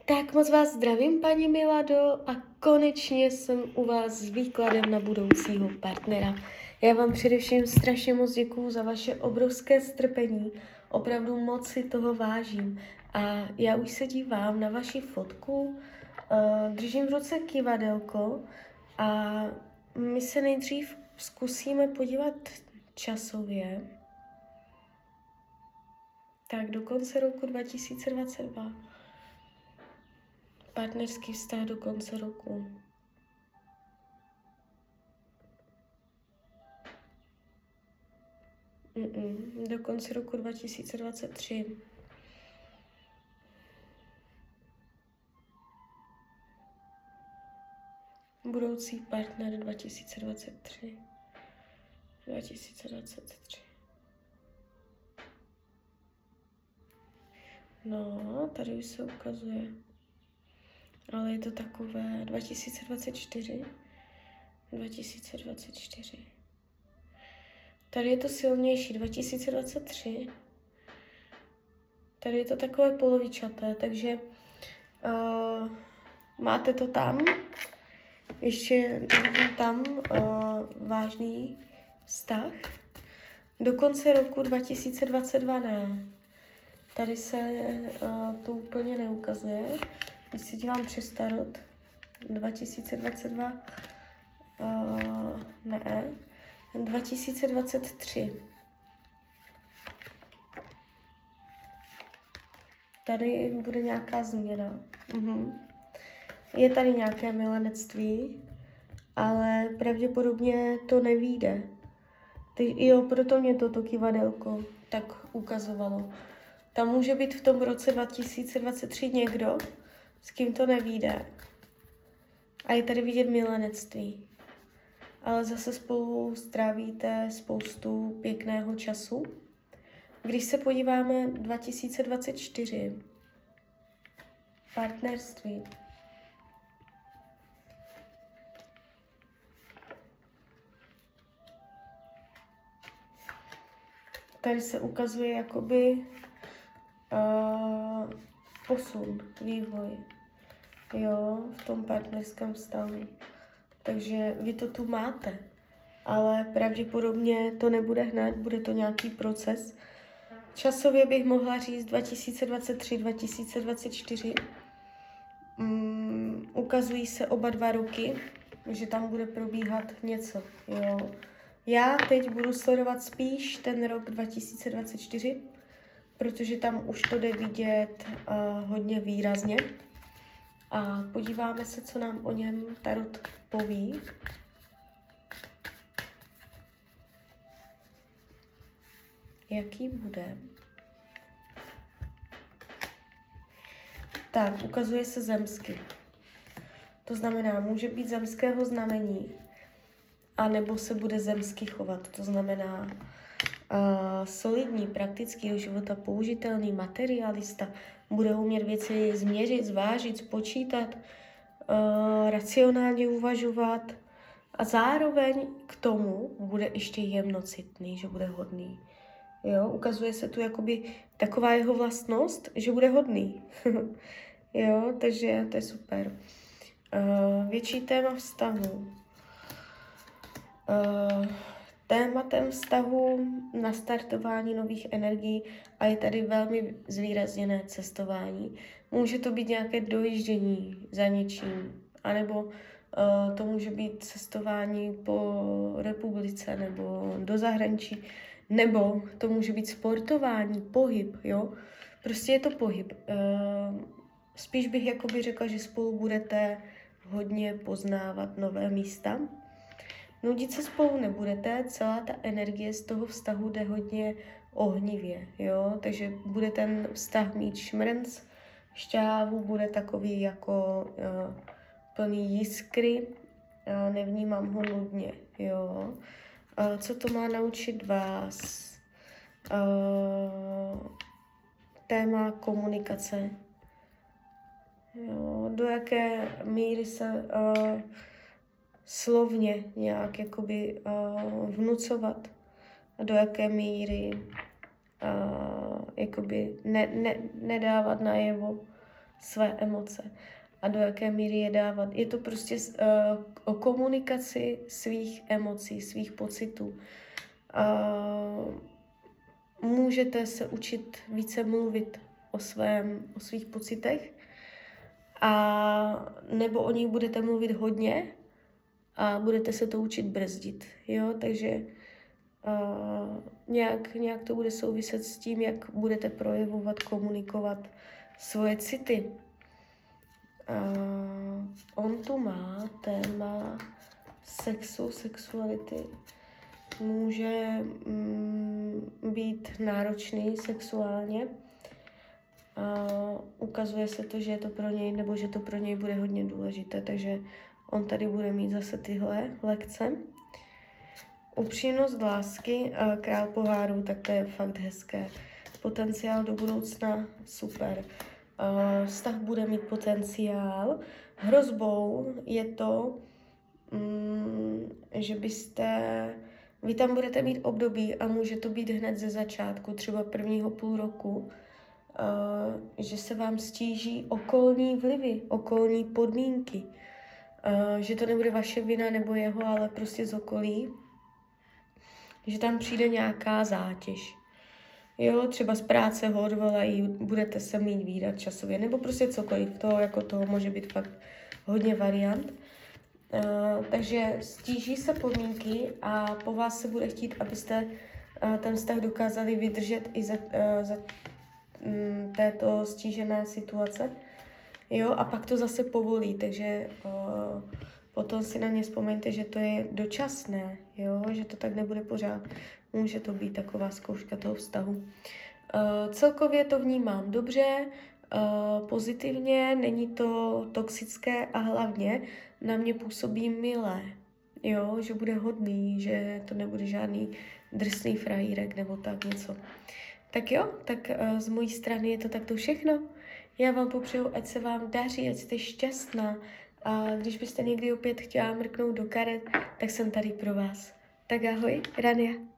Tak moc vás zdravím, paní Milado, a konečně jsem u vás s výkladem na budoucího partnera. Já vám především strašně moc děkuju za vaše obrovské strpení, opravdu moc si toho vážím. A já už se dívám na vaši fotku, držím v ruce kivadelko a my se nejdřív zkusíme podívat časově. Tak do konce roku 2022. Partnerský vztah do konce roku. Do konce roku 2023. Budoucí partner 2023. 2023. No, tady už se ukazuje. Ale je to takové 2024. 2024. Tady je to silnější 2023. Tady je to takové polovičaté, takže máte to tam. Ještě tam vážný vztah. Do konce roku 2022 ne. Tady se to úplně neukazuje. Když se dívám přes tarot, 2022 ne, 2023. Tady bude nějaká změna. Je tady nějaké milenectví, ale pravděpodobně to nevyjde. Jo, proto mě toto kivadelko tak ukazovalo. Tam může být v tom roce 2023 někdo, s kým to nevyjde. A je tady vidět milenectví. Ale zase spolu strávíte spoustu pěkného času. Když se podíváme 2024, partnerství. Tady se ukazuje jakoby posun, vývoj, jo, v tom partnerském vztahu. Takže vy to tu máte, ale pravděpodobně to nebude hned, bude to nějaký proces. Časově bych mohla říct 2023, 2024. Ukazují se oba 2 roky, že tam bude probíhat něco, jo. Já teď budu sledovat spíš ten rok 2024, protože tam už to jde vidět hodně výrazně. A podíváme se, co nám o něm tarot poví. Jaký bude? Tak, ukazuje se zemsky. To znamená, může být zemského znamení, anebo se bude zemsky chovat. To znamená solidní, praktického života, použitelný materialista, bude umět věci změřit, zvážit, spočítat, racionálně uvažovat a zároveň k tomu bude ještě jemnocitný, že bude hodný. Jo, ukazuje se tu jakoby taková jeho vlastnost, že bude hodný. Jo, takže to je super. Větší téma vztahu. Tématem vztahu nastartování nových energií a je tady velmi zvýrazněné cestování. Může to být nějaké dojíždění za něčím, anebo to může být cestování po republice nebo do zahraničí, nebo to může být sportování, pohyb, jo. Prostě je to pohyb. Spíš bych jakoby řekla, že spolu budete hodně poznávat nové místa. Nudit se spolu nebudete, celá ta energie z toho vztahu jde hodně ohnivě, jo, takže bude ten vztah mít šmrnc, šťávu, bude takový jako plný jiskry, nevnímám ho nudně, jo. Co to má naučit vás? Téma komunikace, jo, do jaké míry se slovně nějak jakoby vnucovat a do jaké míry jakoby nedávat najevo své emoce a do jaké míry je dávat. Je to prostě o komunikaci svých emocí, svých pocitů. Můžete se učit více mluvit o svých pocitech, a nebo o nich budete mluvit hodně a budete se to učit brzdit. Jo? Takže nějak to bude souviset s tím, jak budete projevovat, komunikovat svoje city. On tu má téma sexu, sexuality. Může být náročný sexuálně. Ukazuje se to, že je to pro něj, nebo že to pro něj bude hodně důležité, takže on tady bude mít zase tyhle lekce. Upřímnost lásky, král pohárů, tak to je fakt hezké. Potenciál do budoucna, super. Vztah bude mít potenciál. Hrozbou je to, že vy tam budete mít období a může to být hned ze začátku, třeba prvního půl roku, že se vám stíží okolní vlivy, okolní podmínky. Že to nebude vaše vina nebo jeho, ale prostě z okolí. Že tam přijde nějaká zátěž. Jo, třeba z práce ho odvolají, budete se mít vídat časově, nebo prostě cokoliv. Toho může být fakt hodně variant. Takže stíží se podmínky a po vás se bude chtít, abyste ten vztah dokázali vydržet i za této stížené situace. Jo, a pak to zase povolí, takže potom si na mě vzpomeňte, že to je dočasné, jo, že to tak nebude pořád. Může to být taková zkouška toho vztahu. Celkově to vnímám dobře, pozitivně, není to toxické a hlavně na mě působí milé, jo, že bude hodný, že to nebude žádný drsný frajírek nebo tak něco. Tak jo, tak z mojí strany je to takto všechno. Já vám popřeju, ať se vám daří, ať jste šťastná. A když byste někdy opět chtěla mrknout do karet, tak jsem tady pro vás. Tak ahoj, Rania.